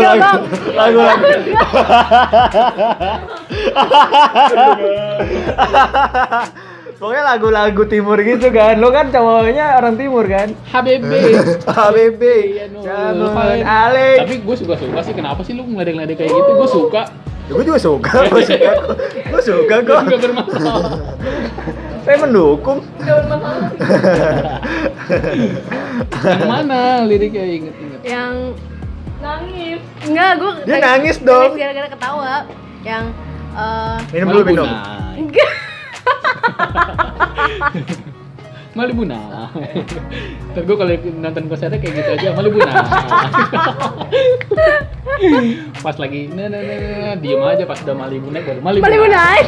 Pokoknya lagu-lagu timur gitu kan. Lu kan cowoknya orang timur kan? HBB. HBB. Jangan Alex. Tapi gue suka sih. Kenapa sih lu ngeledek-ledek kayak gitu? Gue suka. Gue juga suka. Gue suka kok. Gak bermasalah. Saya mendukung. Yang mana liriknya inget-inget? Yang nangis. Enggak, gue Dia nangis dong. Nangis gara-gara ketawa. Yang Minum dulu minum. enggak. Malibu Night. Ntar gue kalau nonton konsernya kayak gitu aja, Malibu Night. Pas lagi, diem aja pas udah Malibu Night baru Malibu Night.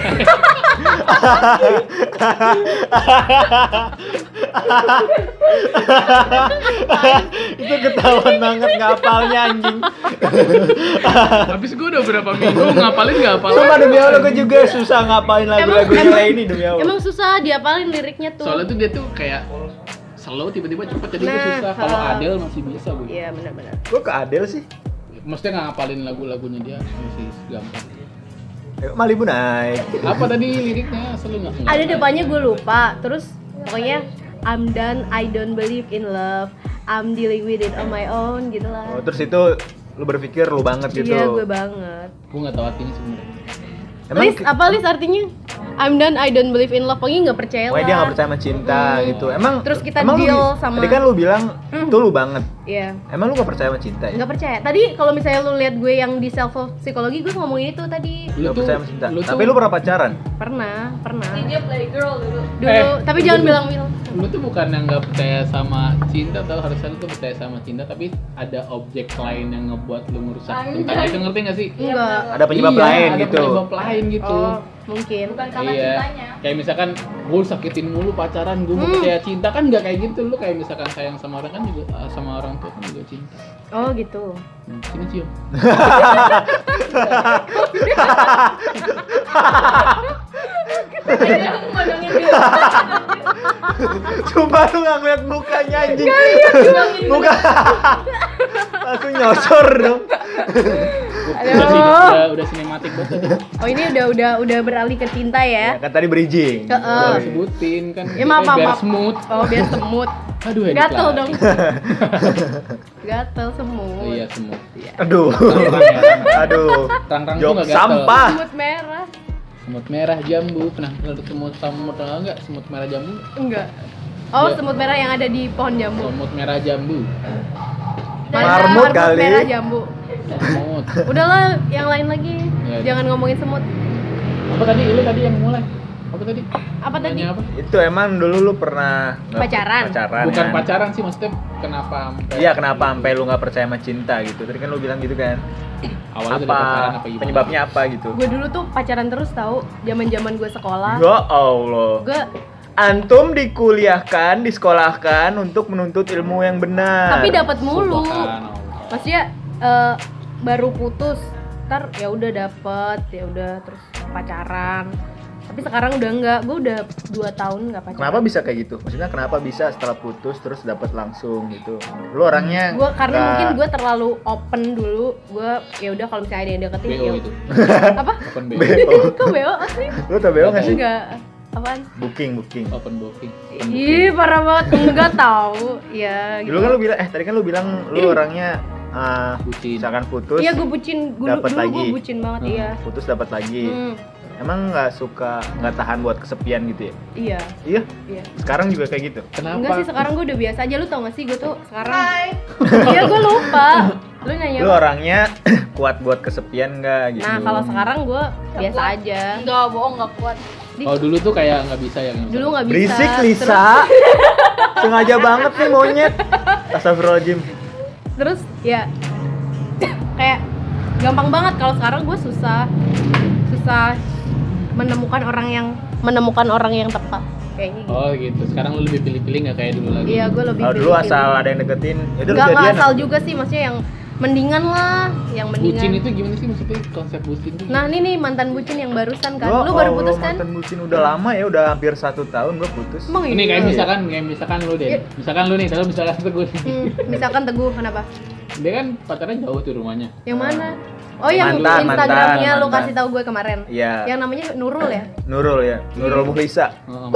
Itu ketahuan banget ngapalnya anjing. Habis gue udah berapa minggu ngapalin nggak hafal. Sumpah demi Allah gue juga susah ngapalin lagu-lagu ini demi Allah. Emang susah diapalin liriknya tuh. Soalnya tuh dia tuh kayak slow tiba-tiba cepet jadi gue susah. Kalau Adele masih bisa gue. Iya benar-benar. Gue ke Adele sih. Maksudnya nggak ngapalin lagu-lagunya dia masih gampang. Malibu Night. Apa tadi liriknya? Selalu nggak? Ada depannya gue lupa. Terus pokoknya I'm done, I don't believe in love, I'm dealing with it on my own gitu lah. Oh, terus itu lu berpikir lu banget gitu. Iya gue banget. Gue nggak tahu artinya sebenarnya. Lis, apa Lis artinya? I'm done, I don't believe in love. Pokoknya nggak percaya lah. Pokoknya dia nggak percaya sama cinta gitu. Emang Terus kita emang deal lu, sama- Tadi kan lu bilang itu lu banget. Iya. Emang lu nggak percaya sama cinta ya? Nggak percaya. Tadi kalau misalnya lu lihat gue yang di self psikologi, gue ngomongin itu tadi. Nggak percaya sama cinta. lu Tapi lu pernah pacaran? Pernah. Dia playgirl dulu. Dulu. Tapi jangan bilang. Lu tuh bukan yang nggak percaya sama cinta, atau harusnya lu tuh percaya sama cinta, tapi ada objek lain yang ngebuat lu ngerusak cinta. Itu ngerti nggak sih? Enggak. Ada penyebab lain ada gitu. penyebab lain gitu. Oh, mungkin. Bukan karena Iya. cintanya. Kayak misalkan gue sakitin mulu pacaran, gue mau percaya cinta kan nggak kayak gitu. Lu kayak misalkan sayang sama orang kan juga sama orang tua kan juga cinta. Oh gitu. Sini cium. Dia ngomongin dia. Sumpah lu nggak ngeliat mukanya anjing. Muka langsung nyosor dong. Udah sinematik banget tadi. Oh ini udah beralih ke cinta Ya, ya? kan tadi bridging. Heeh. Sebutin kan. Ya maaf, biar maaf. smooth. Oh biar semut. Aduh, edit Gatel lagi. dong. Gatel semut. Oh iya semut. Aduh. Aduh. Terang-terang tuh Jok nggak gatel. sampah. Semut merah. Semut merah jambu. Pernah ketemu semut enggak? Semut merah jambu? Enggak. Oh Iya. semut merah yang ada di pohon jambu. Semut merah jambu. Marmut kali. merah jambu. Semut. Udahlah yang lain lagi. Ya, Jangan ngomongin semut. Apa tadi? Lu tadi yang mulai. Apa tadi? Apa tadi? Nanya apa? Itu emang dulu lu pernah nggak Pacaran. Bukan kan? pacaran sih, maksudnya kenapa sampai Iya, kenapa sampai lu nggak percaya sama cinta gitu? Tadi kan lu bilang gitu kan. awalnya dari pacaran Apa apa gimana? penyebabnya apa gitu? Gue dulu tuh pacaran terus tahu. Zaman gue sekolah. Ya Allah. Gue Antum dikuliahkan, disekolahkan untuk menuntut ilmu yang benar. tapi dapat mulu. Subhanallah. Maksudnya baru putus, ntar ya udah dapet, ya udah terus pacaran. Tapi sekarang udah enggak, gue udah 2 tahun nggak pacaran. Kenapa bisa kayak gitu? Maksudnya kenapa bisa setelah putus terus dapat langsung gitu? Lu orangnya Gue karena nggak- mungkin gue terlalu open dulu. Gue ya udah kalau misalnya ada yang deketin BO ya itu. apa? Open BO. BO. Kok BO sih? Lu tau BO nggak sih? Enggak. Apaan? Booking. Open booking. Ih, parah banget. Enggak tahu. Ya gitu. Dulu kan lu bilang, tadi kan lu bilang lu orangnya Bucin. misalkan putus, Iya, gue bucin. Dapet Dulu lagi. gue bucin banget, iya. putus dapat lagi. Hmm, Emang nggak tahan buat kesepian gitu ya? iya, Iya. iya. Sekarang juga kayak gitu. Kenapa? Enggak sih, sekarang gue udah biasa aja. Lu tau gak sih gue tuh sekarang? Iya, gue lupa. Lu nanya Lu apa? orangnya kuat buat kesepian nggak gitu? Nah, kalau sekarang gue biasa aja. Enggak, bohong, enggak kuat. Oh dulu tuh kayak nggak bisa ya? Dulu nggak bisa. berisik Lisa. Sengaja banget nih monyet. Astagfirullahaladzim. Terus ya kayak gampang banget. Kalau sekarang gue susah menemukan orang yang tepat kayaknya gitu. Oh gitu. Sekarang lu lebih pilih-pilih nggak kayak dulu lagi? Iya, gue lebih Kalau dulu pilih-pilih. asal ada yang deketin, ya udah lu Nggak jadian. asal juga sih, maksudnya yang mendingan lah, yang mendingan. Bucin itu gimana sih maksudnya konsep bucin itu? Nah, ini nih mantan bucin yang barusan kan. Gua, Lu baru Allah, putus kan? Mantan bucin udah lama ya, udah hampir 1 tahun gua putus. Emang Ini iya? kayak misalkan lu deh. Iya. Misalkan lu nih, kalau misalkan gue nih. Misalkan Teguh, kenapa? Dia kan pacarnya jauh tuh rumahnya. Yang mana? Oh, yang Mantan, Instagramnya lu mantan. kasih tahu gue kemarin. Iya. Yang namanya Nurul ya? Nurul ya, Nurul Muhlisa. Oh,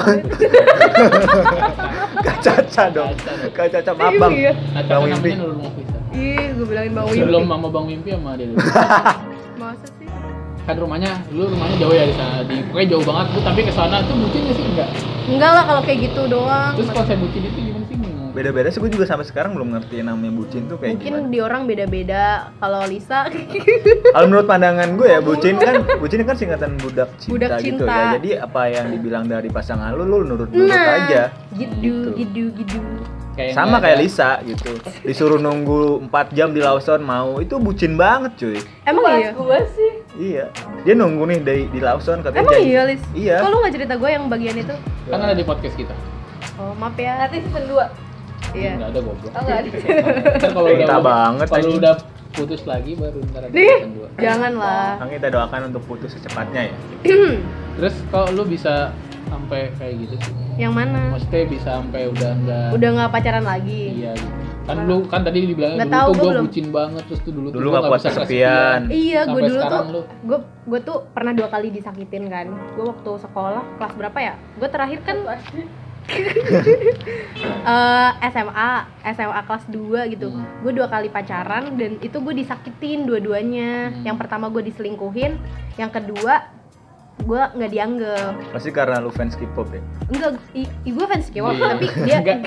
Kak Caca dong. Kak Caca maaf bang. Iya. Bang Wimpi. namanya Nurul Mukhlisah. Ih, gue bilangin Bang Wimpi. Sebelum sama Bang Wimpi sama dia dulu. Masa sih? Kan rumahnya jauh ya di sana. Pokoknya jauh banget tuh, tapi ke sana tuh bucin nggak sih? Enggak. Enggak lah kalau kayak gitu doang. Terus konsep bucin itu gimana sih? Beda-beda sih, gue juga sampai sekarang belum ngerti yang namanya bucin tuh kayak Mungkin gimana. di orang beda-beda. Kalau Lisa Kalau menurut pandangan gue ya, bucin kan singkatan budak cinta, Budak gitu cinta. ya. Jadi apa yang dibilang dari pasangan lu nurut-nurut aja. gitu. Sama kayak Lisa gitu. Disuruh nunggu 4 jam di Lawson mau, itu bucin banget cuy. Emang iya? Gue sih. Iya. Dia nunggu nih di Lawson katanya. Emang janji. iya, Lis? Iya. Kok lu gak cerita gue yang bagian itu? Kan ada di podcast kita. Oh, maaf ya. Nanti season 2. Iya. Nggak ada goblok. Oh enggak ada. Ntar kalau Kita banget, kalau anjing. udah putus lagi baru ntar ada Nih, yang dua. janganlah. Kan kita doakan untuk putus secepatnya ya. Terus kalau lu bisa sampai kayak gitu sih, Yang mana? maksudnya bisa sampai udah Udah nggak pacaran lagi. iya gitu. Kan lu kan tadi dibilangnya Nggak dulu tahu, tuh gua gue belum. bucin banget, terus tuh dulu Dulu tuh nggak gua kuat bisa kesepian. Iya, gue Sampai dulu tuh sekarang lu. gue tuh pernah 2 kali disakitin kan. Gue waktu sekolah kelas berapa ya? Gue terakhir kan SMA kelas 2 gitu. Gue 2 kali pacaran dan itu gue disakitin dua-duanya. Yang pertama gue diselingkuhin, yang kedua gue nggak dianggap. Pasti karena lu fans K-pop ya. Enggak, gue fans K-pop, Iya. tapi dia Enggak.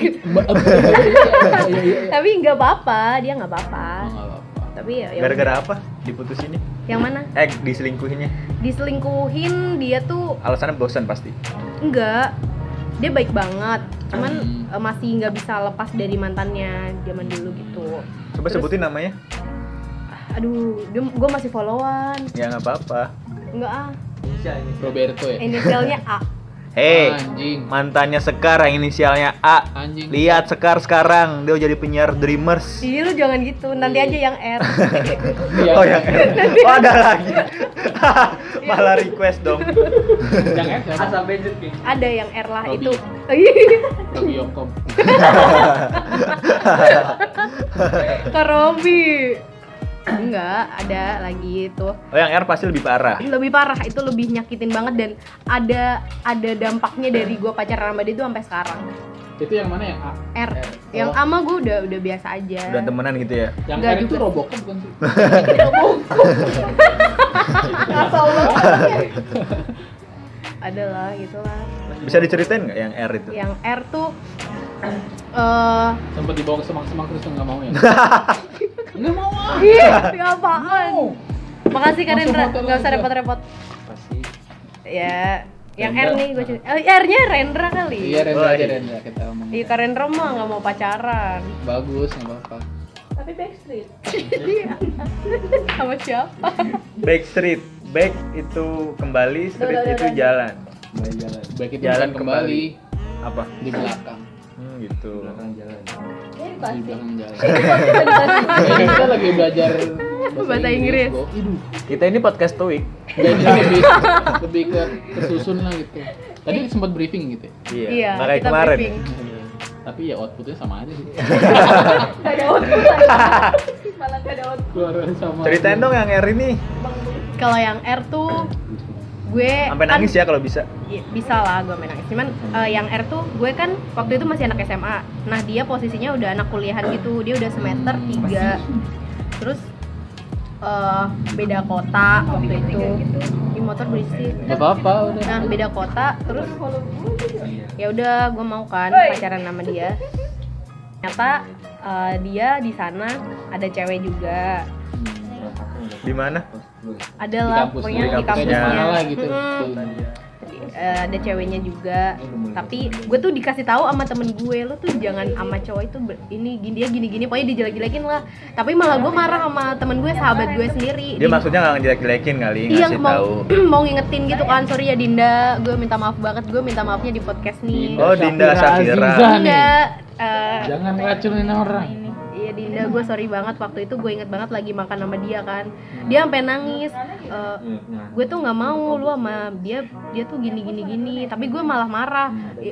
tapi nggak apa-apa, dia nggak apa-apa. Nggak apa-apa. Tapi ya Gara-gara apa diputusinnya? yang mana? Diselingkuhinnya. Diselingkuhin dia tuh Alasannya bosan pasti. enggak, dia baik banget, cuman masih nggak bisa lepas dari mantannya zaman dulu gitu. Coba Terus- sebutin namanya. Aduh, gue masih followan. Ya nggak apa-apa. Enggak Roberto ya. inisialnya A. Hei, Anjing. mantannya Sekar yang inisialnya A. Anjing. Lihat Sekar sekarang, dia jadi penyiar Dreamers. Ih, lu jangan gitu, nanti aja yang R. Iya. Oh yang R. Oh ada lagi. Malah request dong. Yang F siapa? Asal budget nih. Ada yang R lah Robby. itu. Robi Yokom. Ke Robby. Enggak, ada lagi itu. Oh yang R pasti lebih parah. Lebih parah, itu lebih nyakitin banget dan ada dampaknya dari gue pacaran sama dia itu sampai sekarang. Itu yang mana yang A? R. Yang Oh. ama gue udah biasa aja. Udah temenan gitu ya. Yang Nggak R itu juga. Robocop bukan sih? Asal banget. Adalah gitulah. Bisa diceritain nggak yang R itu? Yang R tuh Sempet dibawa ke Semang-Semang terus nggak mau ya? Nggak mau ah. ih, apaan? Makasih Kak Langsung Rendra, hotel nggak usah aja. repot-repot. Pasti. Ya, yang Rendra. R nih gue cerita. R-nya Rendra kali. Iya Rendra Oh, aja iya. Rendra kita ngomong. Iya, Kak Rendra mah nggak mau pacaran. Bagus nggak apa-apa. Tapi Backstreet. Sama siapa? Backstreet, back itu kembali, street Udah, itu udah. jalan. Kembali jalan. Baik itu Jalan bukan kembali Apa? di belakang. Gitu. Belakang jalan. Ini Di pasti. belakang jalan. Kayaknya kita lagi belajar Bahasa Inggris. Go. Iduh. Kita ini podcast TOEIC. Nggak, ini lebih ke kesusun lah gitu. Tadi sempat briefing gitu ya. Iya, makanya kita kemarin. briefing. Tapi ya outputnya sama aja sih. Gak ada output lagi. Malah gak ada output. Keluar sama. Ceritain dong yang R ini. Kalau yang R tuh gue Sampai nangis ya kalau bisa. Iya, bisa lah gue main nangis. Cuman yang R tuh gue kan waktu itu masih anak SMA. Nah dia posisinya udah anak kuliahan gitu. Dia udah semester 3. Terus beda kota waktu itu. Di motor berisik. Gak apa-apa udah. Nah beda kota. Terus ya udah gue mau kan pacaran sama dia. Ternyata dia di sana ada cewek juga. Di mana? Ada Di lah kampus, pokoknya di di kampusnya. kampusnya. Mana lah gitu. Ada ceweknya juga, tapi gue tuh dikasih tahu sama temen gue, lo tuh jangan sama cowok itu ini gini pokoknya dijelek-jelekin lah. Tapi malah gue marah sama temen gue, sahabat gue sendiri. Dia maksudnya nggak ngejelek-jelekin kali, iya ngasih mau tahu. mau ngingetin gitu kan, sorry ya Dinda, gue minta maaf banget, gue minta maafnya di podcast nih. Oh, Dinda Safira. Azizah nih. Dinda, Jangan racunin orang. iya Dinda, gue sorry banget waktu itu gue inget banget lagi makan sama dia kan, dia sampai nangis. Gue tuh nggak mau lu sama dia tuh gini, tapi gue malah marah.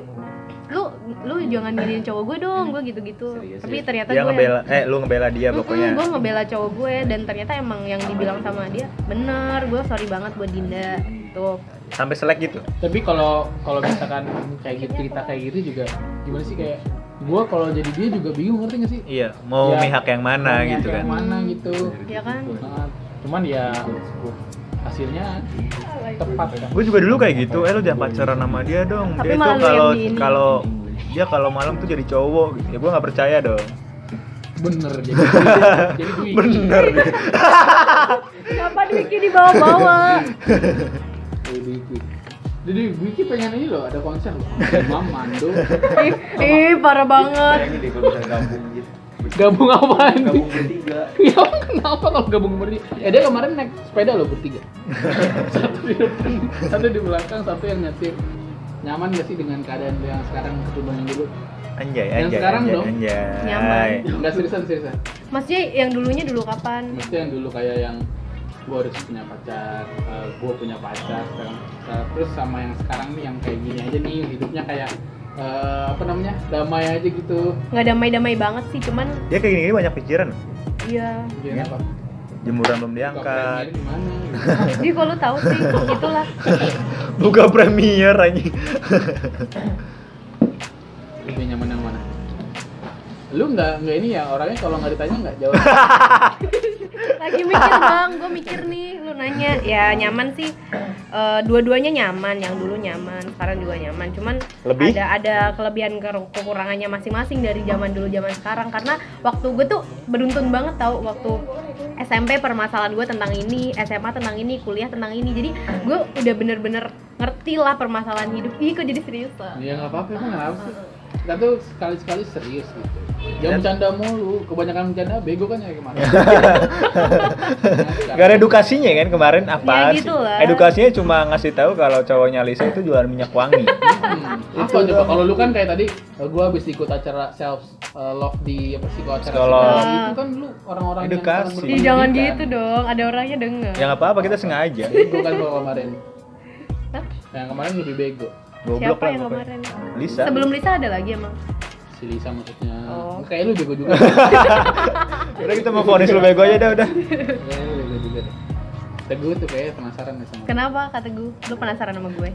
Lu jangan giniin cowok gue dong, gue gitu-gitu. Tapi ternyata Dia gue ngebela, lu ngebela dia pokoknya. gue ngebela cowok gue dan ternyata emang yang dibilang sama dia bener. Gue sorry banget buat Dinda tuh. Sampai selek gitu. Tapi kalau misalkan kayak gitu, cerita kayak gitu juga gimana sih, kayak gua kalau jadi dia juga bingung, ngerti gak sih? Iya, mau Ya, mihak yang mana Mau gitu yang kan. mana gitu. Ya kan? Nah, cuman ya hasilnya tepat kan. Gue juga dulu kayak gitu, lu jangan pacaran sama dia dong. Tapi Dia malah tuh lu yang kalau diinin. kalau dia kalau malam tuh jadi cowok gitu. Ya gue nggak percaya dong. Bener jadi gue Bener deh. Kenapa Dwiki dibawa-bawa? Jadi Wiki pengen ini loh, ada konser loh. Imam, Mando. Ih, parah banget. Kayaknya deh kalau bisa gabung gitu. Gabung apaan nih? Gabung bertiga. Ya kenapa kalau gabung bertiga? Ya dia kemarin naik sepeda loh bertiga. Satu di depan, satu di belakang, satu yang nyetir. Nyaman gak sih dengan keadaan yang sekarang ketimbang yang dulu? Anjay. sekarang dong. Nyaman. Enggak seriusan. Maksudnya yang dulunya dulu kapan? Mesti yang dulu kayak yang gue harus punya pacar, gue punya pacar sekarang. Terus sama yang sekarang nih yang kayak gini aja nih hidupnya kayak damai aja gitu. Nggak damai-damai banget sih, cuman Dia kayak gini banyak pikiran. iya. Gini apa? Jemuran belum diangkat. Di mana? Jadi kalau lu tahu sih, itulah. Buka Premier anjing. Lebih nyaman yang mana? Lu nggak ini ya orangnya kalau nggak ditanya nggak jawab. Lagi mikir bang, gue mikir nih, lu nanya. Ya nyaman sih, dua-duanya nyaman. Yang dulu nyaman, sekarang juga nyaman. Cuman Lebih? ada kelebihan kekurangannya masing-masing dari zaman dulu zaman sekarang. Karena waktu gue tuh beruntun banget tau. Waktu SMP permasalahan gue tentang ini, SMA tentang ini, kuliah tentang ini. Jadi gue udah bener-bener ngerti lah permasalahan hidup. Ih kok jadi serius lah. Ya nggak apa-apa, emang kenapa sih? Kita tuh sekali-sekali serius gitu. Jangan bercanda mulu, kebanyakan bercanda bego kan ya kemarin. Gak ada edukasinya kan kemarin apa Ya sih? gitu lah. Edukasinya cuma ngasih tahu kalau cowoknya Lisa itu jualan minyak wangi. Apa coba kalau lu kan kayak tadi gua habis ikut acara self love di psikoacara Psikolog. itu kan lu orang-orang Edukasi. Ih jangan gitu dong, ada orangnya denger. Ya nggak apa-apa, kita sengaja. Bego kan gua kemarin. Hah? Yang kemarin lebih bego. Goblok Siapa lah yang pokoknya. kemarin? Lisa. Sebelum Lisa ada lagi emang? Si Lisa maksudnya. Oh. Kayak lu bego juga. Udah kita mau vonis lu bego aja dah udah. Kayak lu bego juga deh. Teguh tuh kayak penasaran nih sama. Kenapa kata gue? Lu penasaran sama gue?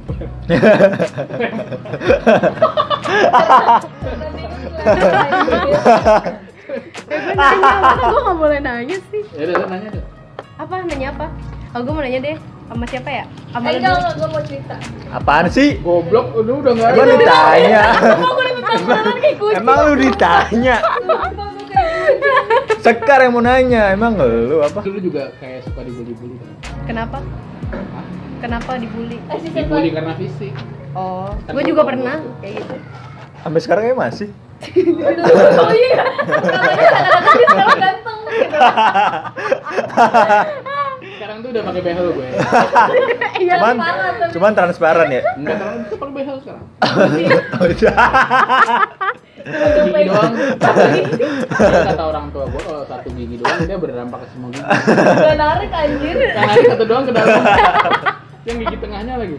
Gue nanya, masa gue gak boleh nanya sih? Ya udah nanya deh. Apa? Nanya apa? Oh gue mau nanya deh, sama siapa ya? Sama lu Enggak, dulu. gue mau cerita. Apaan sih? Goblok, udah enggak Emang ditanya. Emang lu ditanya. Sekar yang mau nanya, emang lu apa? Lu juga kayak suka dibully-bully kan? Kenapa? Kenapa dibully? Dibully karena fisik. Oh, Kan gue lu juga ngomong pernah tuh. kayak gitu. Sampai sekarang kayak masih. Oh iya, katanya kadang-kadang dia sekarang ganteng gitu. Sekarang tuh udah pakai behel gue. Iya, Cuman parah, tapi- cuman transparan ya. Enggak terlalu bisa pakai behel sekarang. Oh, iya. Satu gigi doang. Dia kata orang tua gue kalau satu gigi doang dia berdampak ke semua gigi. Gak narik anjir. Yang ada satu doang ke dalam. Yang gigi tengahnya lagi.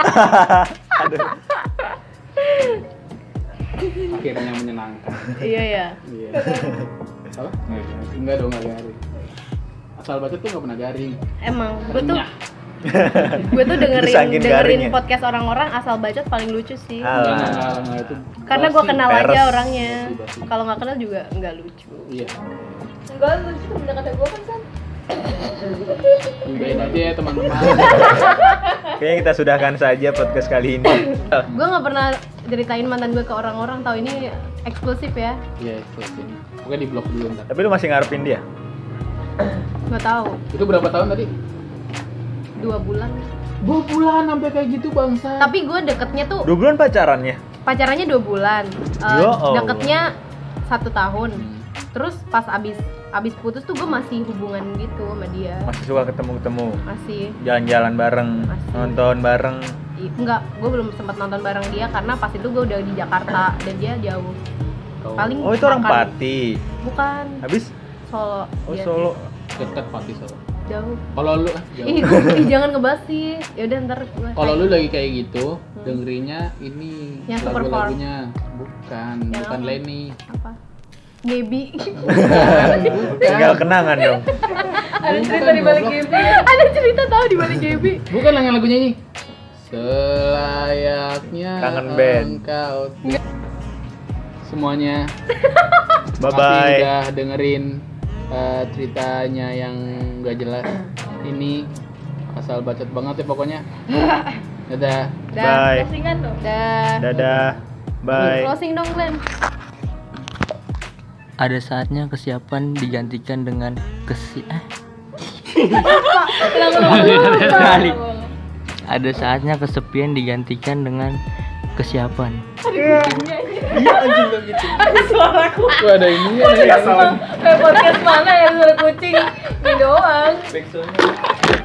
Akhirnya menyenangkan. Iya ya. Iya. Apa? Enggak dong, enggak garing. Asal baca tuh enggak pernah garing. Emang gue tuh Renyah. gue tuh Saking dengerin garingnya. podcast orang-orang asal bacot paling lucu sih. Enggak itu. Karena gue basi. kenal peres. aja orangnya. Basi. Kalau nggak kenal juga nggak lucu. Iya. Enggak lucu temen kata gue kan. Udahin aja ya teman-teman. Kayaknya kita sudahkan saja podcast kali ini. Gue nggak pernah ceritain mantan gue ke orang-orang, tahu ini eksklusif ya. Iya, selesai. Pokoknya di blok dulu ntar. Tapi lu masih ngarepin dia? Nggak tahu. Itu berapa tahun tadi? 2 bulan. 2 bulan sampai kayak gitu bangsa. Tapi gue deketnya tuh 2 bulan pacarannya? pacarannya 2 bulan. Ya Allah. Deketnya 1 tahun. Terus pas abis putus tuh gue masih hubungan gitu sama dia. Masih suka ketemu-ketemu? Masih. Jalan-jalan bareng, Masih. nonton bareng. Enggak, gue belum sempat nonton bareng dia karena pas itu gue udah di Jakarta dan dia jauh. Paling Oh, itu orang makan- Pati. Bukan, Habis? Solo. Oh, Dia Solo. Dekat Pati Solo. jauh. Kalau lu Ih, jangan ngebahas sih. Ya udah ntar gue. kalau lu lagi kayak gitu, dengerinnya ini Yang Super lagu-lagunya bukan Yang bukan apa? Lenny. Apa? Gaby. Tinggal kenangan dong. Ada cerita di balik game. Ada cerita tahu di balik Gaby. Bukan yang lagunya ini. Selayaknya Kangen band. engkau. Semuanya Bye pasti bye. udah dengerin ceritanya yang gak jelas ini, asal bacot banget ya pokoknya. Dadah. Bye. Closingan dong. Dah. Dadah. Bye. Closing dong, Glenn. Ada saatnya kesiapan digantikan dengan Sekali. Ada saatnya kesepian digantikan dengan kesiapan. Suaraku. Tuh ada ini ya. Kayak podcast mana ya suara kucing. Ini doang.